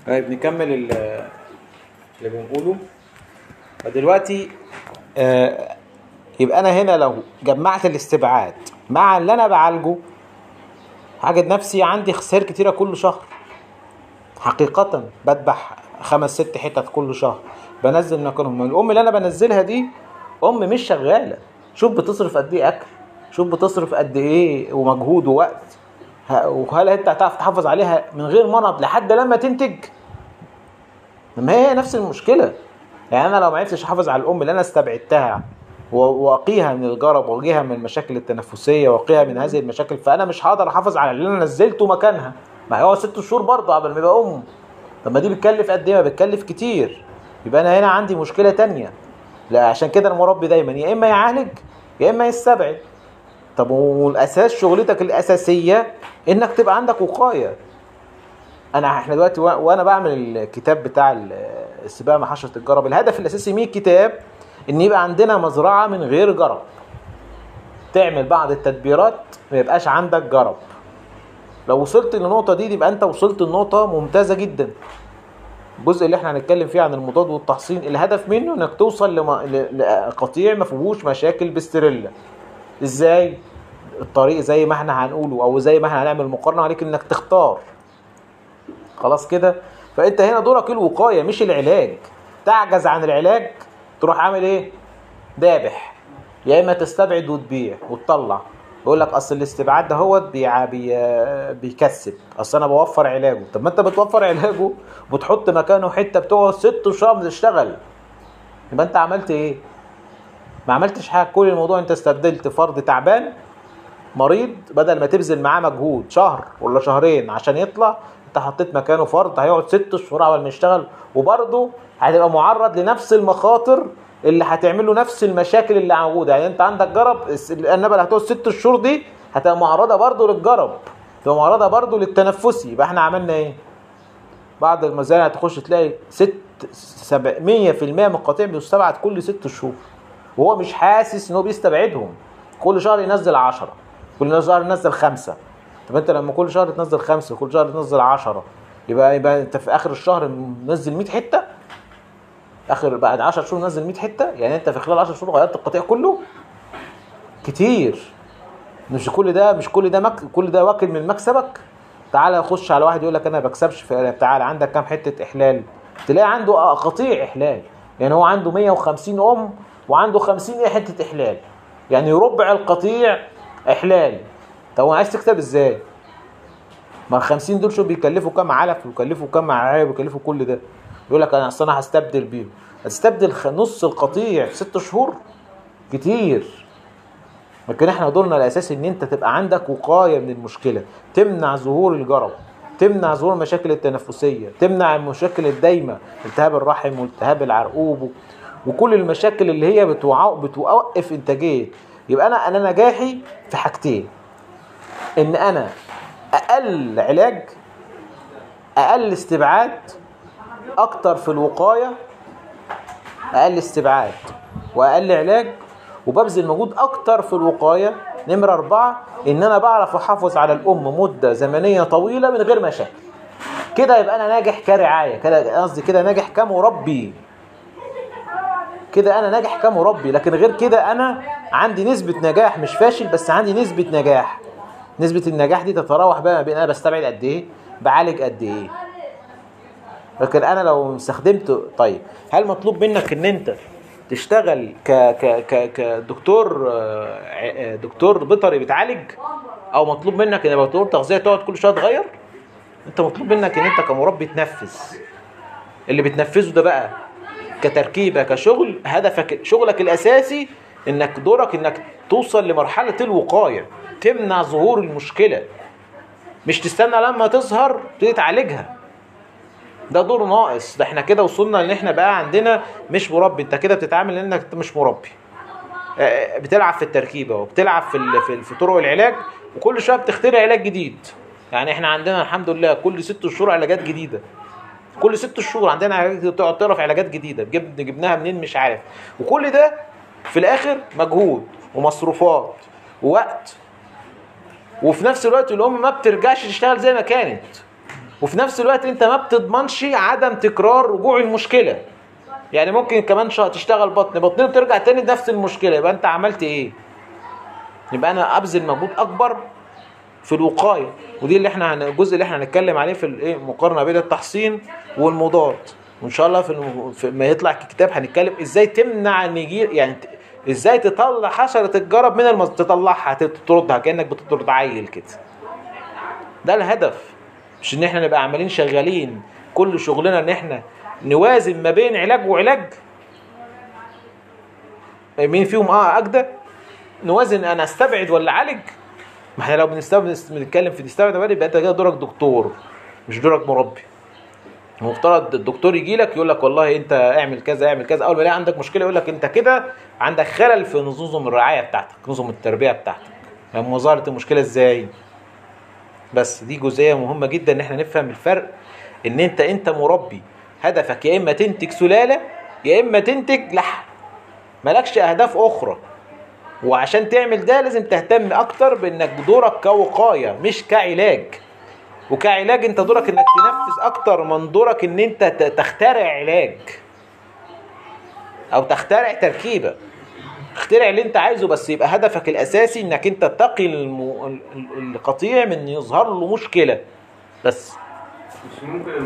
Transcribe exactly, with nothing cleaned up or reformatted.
طيب نكمل اللي بنقوله دلوقتي. آه يبقى انا هنا لو جمعت الاستبعاد مع اللي انا بعالجه هجد نفسي عندي خسائر كتيره كل شهر. حقيقه بذبح خمس ست حتت كل شهر بنزل مكانهم. الام اللي انا بنزلها دي ام مش شغاله، شوف بتصرف قد ايه اكل، شوف بتصرف قد ايه ومجهود ووقت، وهل انت هتعرف تحافظ عليها من غير مرض لحد لما تنتج؟ ما هي نفس المشكله. يعني انا لو ما عرفتش احافظ على الام اللي انا استبعدتها واقيها من الجرب واقيها من المشاكل التنفسيه واقيها من هذه المشاكل، فانا مش هقدر احافظ على اللي انا نزلته مكانها. ما هو ست شهور برضه قبل ما يبقى ام. طب ما دي بتكلف قد ايه؟ ما بتكلف كتير. يبقى انا هنا عندي مشكله تانية. لا عشان كده المربي دايما يا اما يعالج يا اما يستبعد. طب والاساس شغلتك الاساسيه انك تبقى عندك وقايه. انا احنا دلوقتي وانا بعمل الكتاب بتاع السباق مع حشره الجرب، الهدف الاساسي من الكتاب ان يبقى عندنا مزرعه من غير جرب، تعمل بعض التدبيرات ما يبقاش عندك جرب. لو وصلت للنقطه دي يبقى انت وصلت لنقطه ممتازه جدا. الجزء اللي احنا هنتكلم فيه عن المضاد والتحصين الهدف منه انك توصل لقطيع ما فيهوش مشاكل باستريلا. ازاي؟ الطريق زي ما احنا هنقوله او زي ما احنا هنعمل مقارنه عليك انك تختار. خلاص كده؟ فانت هنا دورك الوقايه مش العلاج. تعجز عن العلاج تروح عامل ايه؟ دابح. يا اما تستبعد وتبيع وتطلع. يقول لك اصل الاستبعاد ده هو بي بي بيكسب، اصل انا بوفر علاجه. طب ما انت بتوفر علاجه وبتحط مكانه حته بتقعد ست شهور بتشتغل، يبقى انت عملت ايه؟ ما عملتش حاجه. كل الموضوع انت استبدلت فرد تعبان مريض، بدل ما تبذل معاه مجهود شهر ولا شهرين عشان يطلع، انت حطيت مكانه فرد هيقعد ست شهور قبل ما يشتغل، وبرضه هتبقى معرض لنفس المخاطر اللي هتعمله نفس المشاكل اللي موجوده. يعني انت عندك جرب، النبله اللي هتقعد ست شهور دي هتبقى معرضه برضه للجرب، هتبقى معرضه برضه للتنفسي. يبقى احنا عملنا ايه؟ بعض المزارع تخش تلاقي ست سبعمية في المية من القطيع بيستبعد كل ست شهور وهو مش حاسس انه بيستبعدهم. كل شهر ينزل عشرة، كل شهر ينزل خمسة. طب انت لما كل شهر تنزل خمسة وكل شهر تنزل عشرة، يبقى يبقى انت في اخر الشهر منزل مية حته، اخر بعد عشر شهور نزل مية حته. يعني انت في خلال عشر شهور غيرت القطيع كله. كتير. مش كل ده مش كل ده مك... كل ده واكل من مكسبك. تعالى خش على واحد يقول لك انا بكسبش في... تعالى عندك كام حته احلال؟ تلاقي عنده قطيع احلال. يعني هو عنده مية وخمسين ام وعنده خمسين حته احلال، يعني ربع القطيع احلال. طب هو عايز تكسب ازاي؟ ما ال خمسين دول شو بيكلفوا كام علف ويكلفوا كام معايب ويكلفوا كل ده؟ يقول لك انا اصل انا هستبدل بيهم. هتستبدل نص القطيع في ست شهور؟ كتير. لكن احنا دورنا الاساسي ان انت تبقى عندك وقايه من المشكله، تمنع ظهور الجرب، تمنع ظهور المشاكل التنفسيه، تمنع المشاكل الدايمه، التهاب الرحم والتهاب العرقوب وكل المشاكل اللي هي بتوقف انتاجيه. يبقى انا انا نجاحي في حاجتين: ان انا اقل علاج، اقل استبعاد، اكتر في الوقايه. اقل استبعاد واقل علاج وببذل مجهود اكتر في الوقايه. نمره اربعة ان انا بعرف احافظ على الام مده زمنيه طويله من غير مشاكل. كده يبقى انا ناجح كرعايه، كده قصدي كده ناجح كمربي. كده انا ناجح كمربي. لكن غير كده انا عندي نسبه نجاح، مش فاشل بس عندي نسبه نجاح. نسبه النجاح دي تتراوح بقى بين انا بستبعد قد ايه، بعالج قد ايه. لكن انا لو استخدمت، طيب هل مطلوب منك ان انت تشتغل ك ك ك كدكتور دكتور بيطري بتعالج، او مطلوب منك ان دكتور تغذيه تقعد كل شويه تغير؟ انت مطلوب منك ان انت كمربي تنفذ. اللي بتنفذه ده بقى كتركيبه كشغل، هدفك شغلك الاساسي انك دورك انك توصل لمرحله الوقايه، تمنع ظهور المشكله، مش تستنى لما تظهر تبتدي تعالجها. ده دور ناقص. ده احنا كده وصلنا ان احنا بقى عندنا مش مربي. انت كده بتتعامل انك انت مش مربي، بتلعب في التركيبه وبتلعب في في طرق العلاج، وكل شويه بتخترع علاج جديد. يعني احنا عندنا الحمد لله كل ست شهور علاجات جديده. كل ست شهور عندنا علاجات، تقعد تعرف علاجات جديده جبنا جبناها منين مش عارف. وكل ده في الاخر مجهود ومصروفات ووقت، وفي نفس الوقت الام ما بترجعش تشتغل زي ما كانت. وفي نفس الوقت انت ما بتضمنش عدم تكرار رجوع المشكله. يعني ممكن كمان تشتغل بطن بطنين وترجع تاني لنفس المشكله، يبقى انت عملت ايه؟ يبقى انا ابذل مجهود اكبر في الوقايه. ودي اللي احنا الجزء اللي احنا هنتكلم عليه في الايه مقارنه بين التحصين والمضاد. وان شاء الله في, الم... في ما يطلع الكتاب هنتكلم ازاي تمنع ان يجي يعني ازاي تطلع حشره الجرب من المز... تطلعها تطردها كانك بتطرد عيل كده. ده الهدف، مش ان احنا نبقى عمالين شغالين كل شغلنا ان احنا نوازن ما بين علاج وعلاج. مين فيهم اه اجدى؟ نوازن انا استبعد ولا اعالج؟ ما احنا لو بنستبعد بنتكلم في تستبعد ولا يبقى انت كده دورك دكتور مش دورك مربي. المفترض الدكتور يجي لك يقول لك والله انت اعمل كذا اعمل كذا، اول ما يلاقي عندك مشكله يقول لك انت كده عندك خلل في نظم الرعايه بتاعتك، نظم التربيه بتاعتك. يعني ظهرت المشكله ازاي؟ بس دي جزئيه مهمه جدا ان احنا نفهم الفرق. ان انت انت مربي هدفك يا اما تنتج سلاله يا اما تنتج لحم، مالكش اهداف اخرى. وعشان تعمل ده لازم تهتم اكتر بانك دورك كوقايه مش كعلاج. وكعلاج انت دورك انك تنفذ اكتر من دورك ان انت تخترع علاج او تخترع تركيبه. اخترع اللي انت عايزه بس يبقى هدفك الاساسي انك انت تقي القطيع من يظهر له مشكله بس.